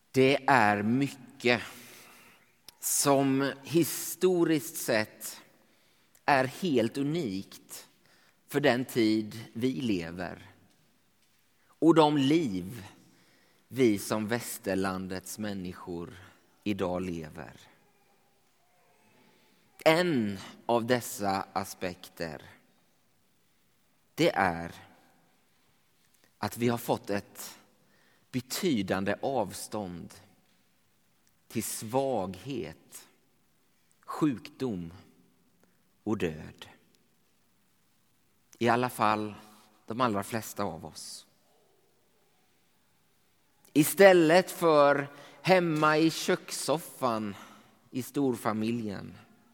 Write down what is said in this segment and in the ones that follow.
Det är mycket som historiskt sett är helt unikt för den tid vi lever och de liv vi som västerlandets människor idag lever. En av dessa aspekter, det är att vi har fått ett betydande avstånd till svaghet, sjukdom och död. I alla fall de allra flesta av oss. Istället för hemma i kökssoffan i storfamiljen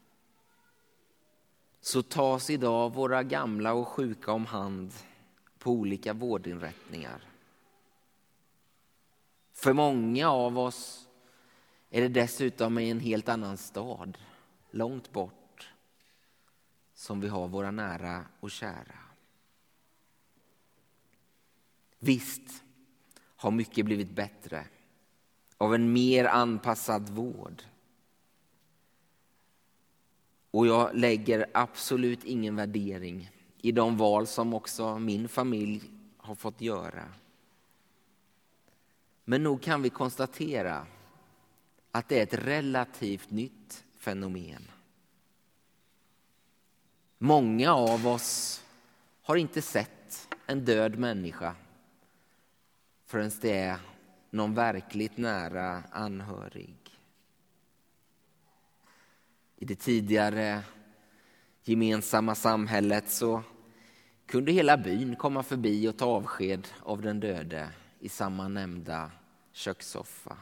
så tas idag våra gamla och sjuka om hand på olika vårdinrättningar. För många av oss är det dessutom i en helt annan stad, långt bort, som vi har våra nära och kära. Visst har mycket blivit bättre av en mer anpassad vård. Och jag lägger absolut ingen värdering i de val som också min familj har fått göra. Men nog kan vi konstatera att det är ett relativt nytt fenomen. Många av oss har inte sett en död människa förrän det är någon verkligt nära anhörig. I det tidigare gemensamma samhället så kunde hela byn komma förbi och ta avsked av den döde i samma nämnda kökssoffa.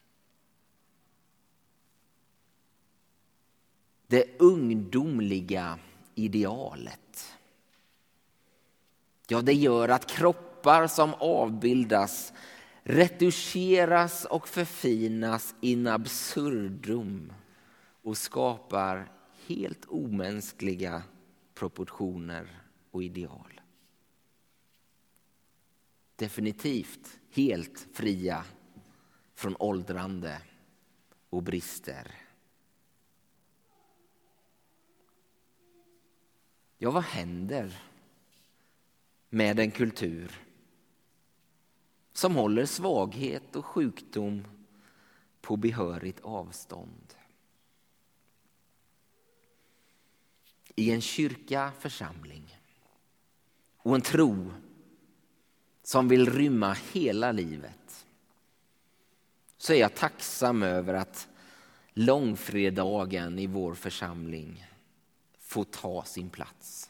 Det ungdomliga idealet. Ja, det gör att kroppar som avbildas retuscheras och förfinas in absurdum och skapar helt omänskliga proportioner och ideal. Definitivt helt fria från åldrande och brister. Ja, vad händer med en kultur som håller svaghet och sjukdom på behörigt avstånd? I en kyrka församling och en tro som vill rymma hela livet så är jag tacksam över att långfredagen i vår församling får ta sin plats.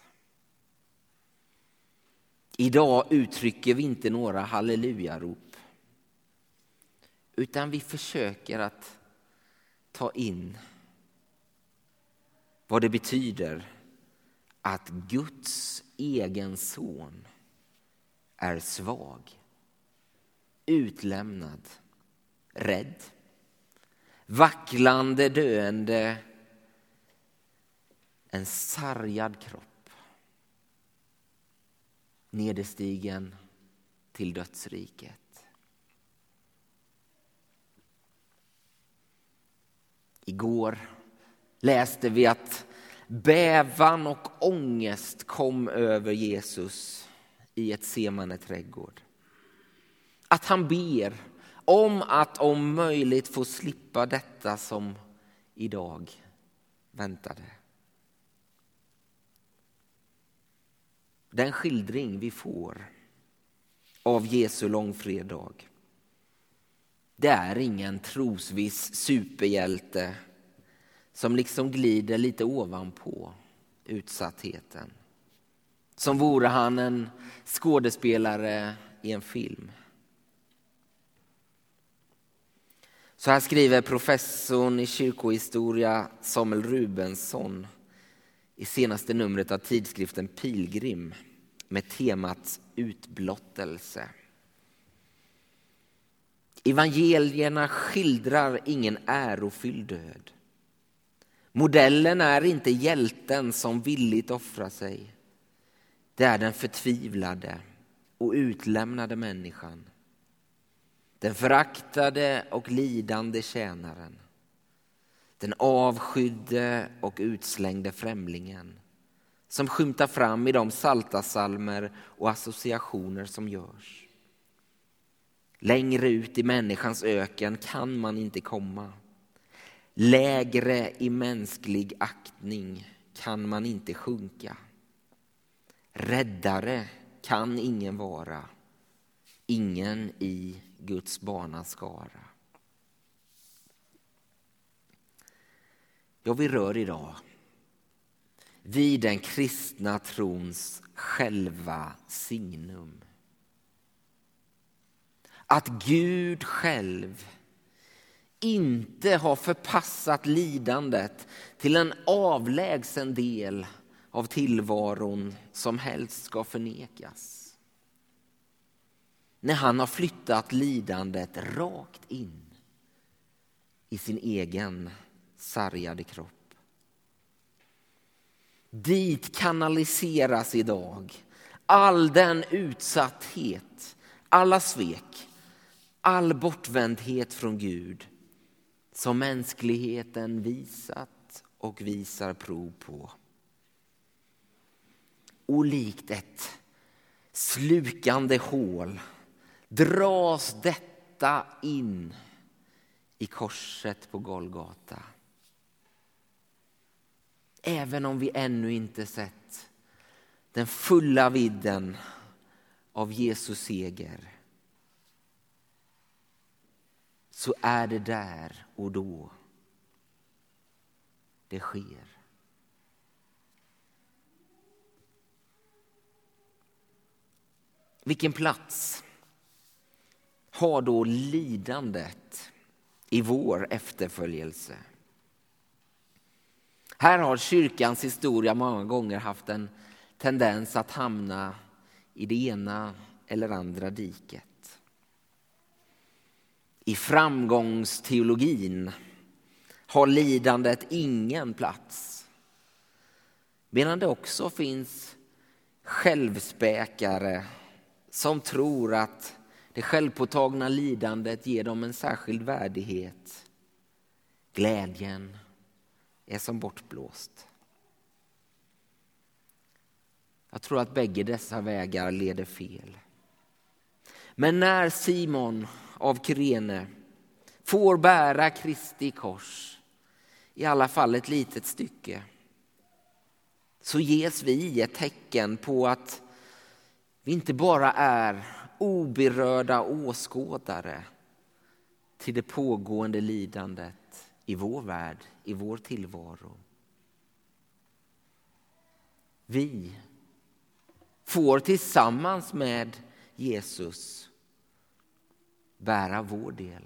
Idag uttrycker vi inte några hallelujarop utan vi försöker att ta in vad det betyder att Guds egen son är svag, utlämnad, rädd, vacklande, döende, en sargad kropp, nederstigen till dödsriket. Igår läste vi att bävan och ångest kom över Jesus i ett Getsemane trädgård. Att han ber om att om möjligt få slippa detta som idag väntade. Den skildring vi får av Jesu långfredag, det är ingen trosviss superhjälte som liksom glider lite ovanpå utsattheten. Som vore han en skådespelare i en film. Så här skriver professorn i kyrkohistoria Samuel Rubensson i senaste numret av tidskriften Pilgrim med temat utblottelse. Evangelierna skildrar ingen ärofylld död. Modellen är inte hjälten som villigt offrar sig. Det är den förtvivlade och utlämnade människan. Den föraktade och lidande tjänaren. Den avskydde och utslängde främlingen. Som skymtar fram i de saltasalmer och associationer som görs. Längre ut i människans öken kan man inte komma. Lägre i mänsklig aktning kan man inte sjunka. Räddare kan ingen vara. Ingen i Guds barnaskara. Ja, vi rör idag vid den kristna trons själva signum. Att Gud själv inte har förpassat lidandet till en avlägsen del av tillvaron som helst ska förnekas. När han har flyttat lidandet rakt in i sin egen sargade kropp. Dit kanaliseras idag all den utsatthet, alla svek, all bortvändhet från Gud som mänskligheten visat och visar prov på. Och likt ett slukande hål dras detta in i korset på Golgata. Även om vi ännu inte sett den fulla vidden av Jesus seger, så är det där och då det sker. Vilken plats har då lidandet i vår efterföljelse? Här har kyrkans historia många gånger haft en tendens att hamna i det ena eller andra diket. I framgångsteologin har lidandet ingen plats. Medan det också finns självspäkare som tror att det självpåtagna lidandet ger dem en särskild värdighet. Glädjen är som bortblåst. Jag tror att bägge dessa vägar leder fel. Men när Simon av Kyrene får bära Kristi kors, i alla fall ett litet stycke, så ges vi ett tecken på att vi inte bara är oberörda åskådare till det pågående lidandet i vår värld, i vår tillvaro. Vi får tillsammans med Jesus bära vår del.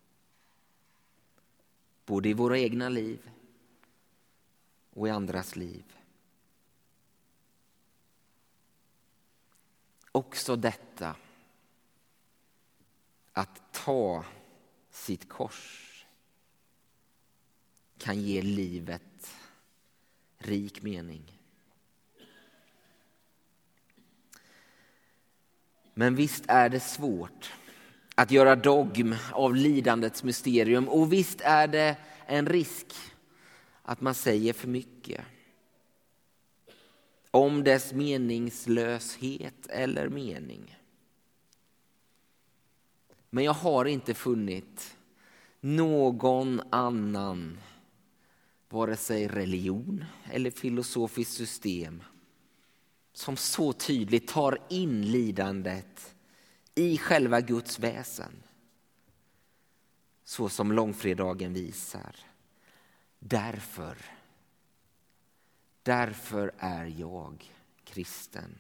Både i våra egna liv och i andras liv. Också detta att ta sitt kors kan ge livet rik mening. Men visst är det svårt att göra dogm av lidandets mysterium, och visst är det en risk att man säger för mycket om dess meningslöshet eller mening. Men jag har inte funnit någon annan, vare sig religion eller filosofiskt system, som så tydligt tar in lidandet i själva Guds väsen. Så som långfredagen visar. Därför är jag kristen.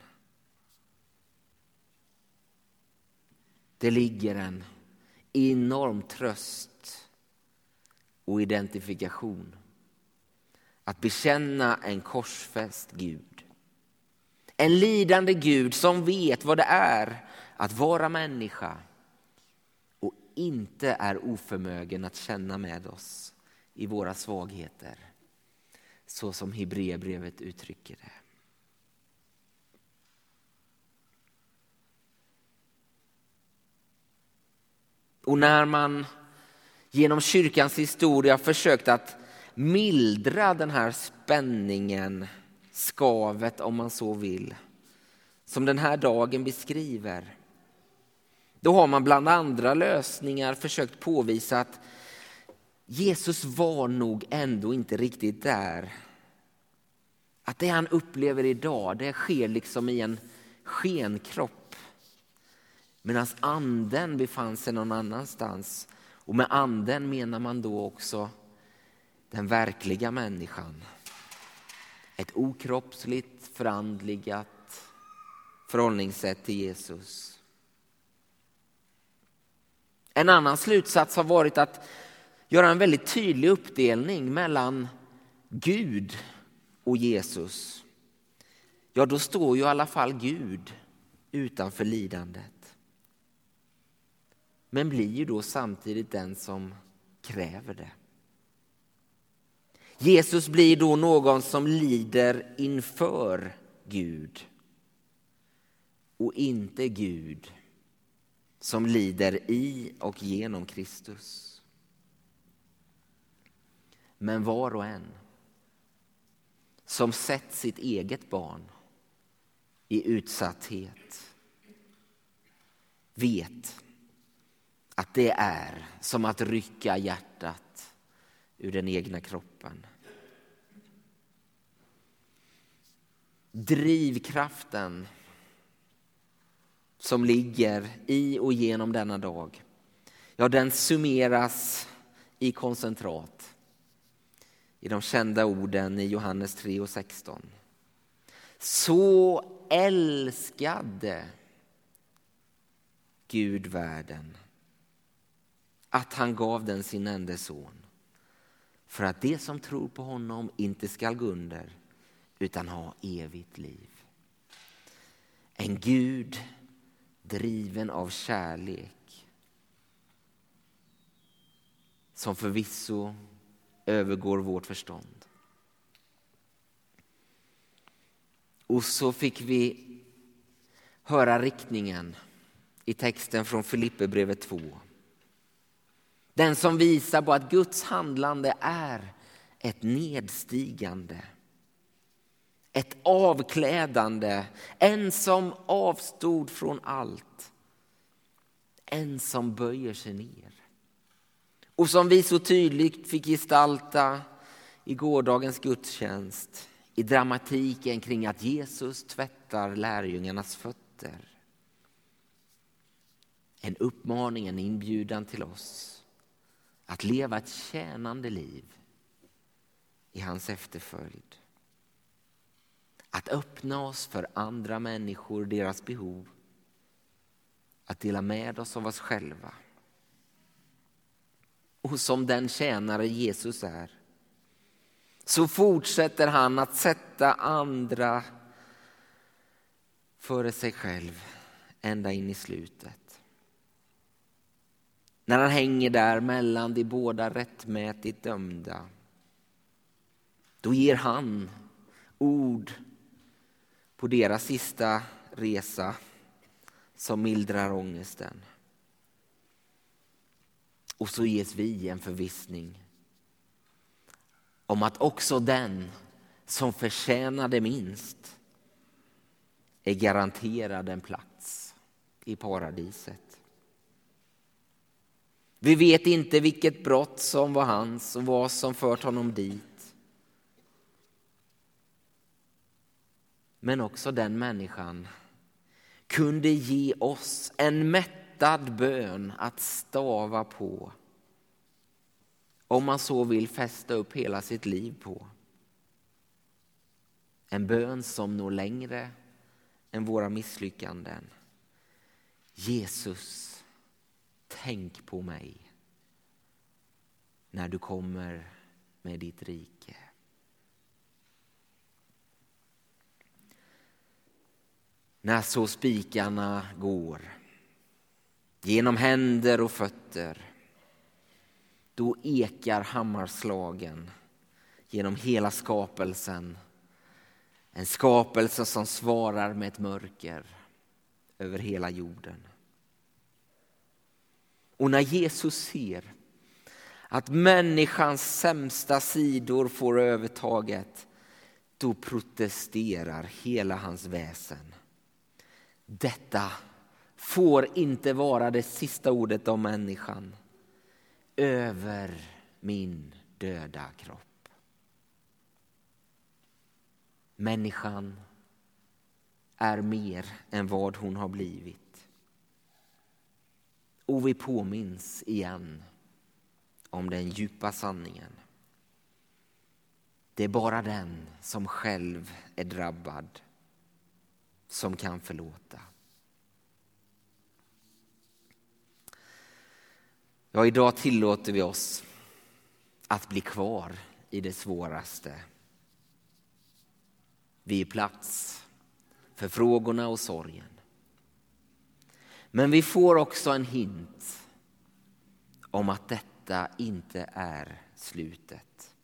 Det ligger en enorm tröst och identifikation att bekänna en korsfäst Gud. En lidande Gud som vet vad det är att vara människa och inte är oförmögen att känna med oss i våra svagheter, så som Hebreerbrevet uttrycker det. Och när man genom kyrkans historia försökt att mildra den här spänningen, skavet om man så vill, som den här dagen beskriver, då har man bland andra lösningar försökt påvisa att Jesus var nog ändå inte riktigt där. Att det han upplever idag, det sker liksom i en skenkropp. Medan anden befann sig någon annanstans. Och med anden menar man då också den verkliga människan. Ett okroppsligt, förandligat förhållningssätt till Jesus. En annan slutsats har varit att göra en väldigt tydlig uppdelning mellan Gud och Jesus. Ja, då står ju i alla fall Gud utanför lidandet. Men blir ju då samtidigt den som kräver det. Jesus blir då någon som lider inför Gud. Och inte Gud som lider i och genom Kristus. Men var och en som sett sitt eget barn i utsatthet vet att det är som att rycka hjärtat ur den egna kroppen. Drivkraften som ligger i och genom denna dag, ja, den summeras i koncentrat i de kända orden i Johannes 3:16. Så älskade Gud världen att han gav den sin enda son, för att det som tror på honom inte skall gå under utan ha evigt liv. En Gud driven av kärlek som förvisso övergår vårt förstånd. Och så fick vi höra riktningen i texten från Filipperbrevet 2. Den som visar på att Guds handlande är ett nedstigande, ett avklädande, en som avstod från allt, en som böjer sig ner. Och som vi så tydligt fick gestalta i gårdagens gudstjänst, i dramatiken kring att Jesus tvättar lärjungarnas fötter. En uppmaning, en inbjudan till oss att leva ett tjänande liv i hans efterföljd. Att öppna oss för andra människor, deras behov. Att dela med oss av oss själva. Och som den tjänare Jesus är, så fortsätter han att sätta andra före sig själv ända in i slutet. När han hänger där mellan de båda rättmätigt dömda, då ger han ord på deras sista resa som mildrar ångesten. Och så ges vi en förvissning om att också den som förtjänade minst är garanterad en plats i paradiset. Vi vet inte vilket brott som var hans och vad som fört honom dit. Men också den människan kunde ge oss en mättad bön att stava på. Om man så vill fästa upp hela sitt liv på. En bön som når längre än våra misslyckanden. Jesus, tänk på mig när du kommer med ditt rike. När så spikarna går genom händer och fötter, då ekar hammarslagen genom hela skapelsen. En skapelse som svarar med ett mörker över hela jorden. Och när Jesus ser att människans sämsta sidor får övertaget, då protesterar hela hans väsen. Detta får inte vara det sista ordet om människan över min döda kropp. Människan är mer än vad hon har blivit. Och vi påminns igen om den djupa sanningen. Det är bara den som själv är drabbad som kan förlåta. Ja, idag tillåter vi oss att bli kvar i det svåraste. Vi är plats för frågorna och sorgen. Men vi får också en hint om att detta inte är slutet.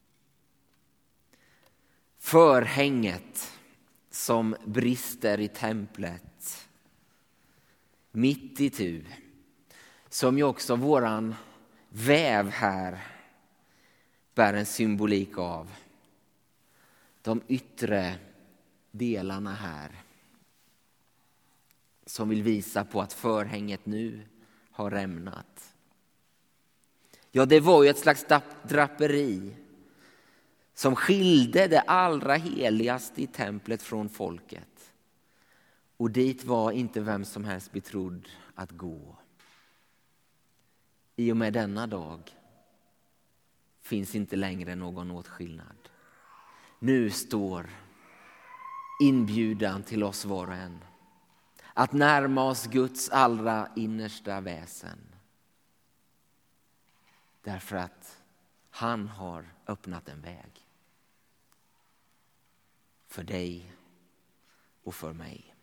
Förhänget som brister i templet mitt i tu, som ju också våran väv här bär en symbolik av. De yttre delarna här som vill visa på att förhänget nu har rämnat. Ja, det var ju ett slags draperi som skilde det allra heligaste i templet från folket. Och dit var inte vem som helst betrodd att gå. I och med denna dag finns inte längre någon åtskillnad. Nu står inbjudan till oss var och en att närma oss Guds allra innersta väsen. Därför att han har öppnat en väg för dig och för mig.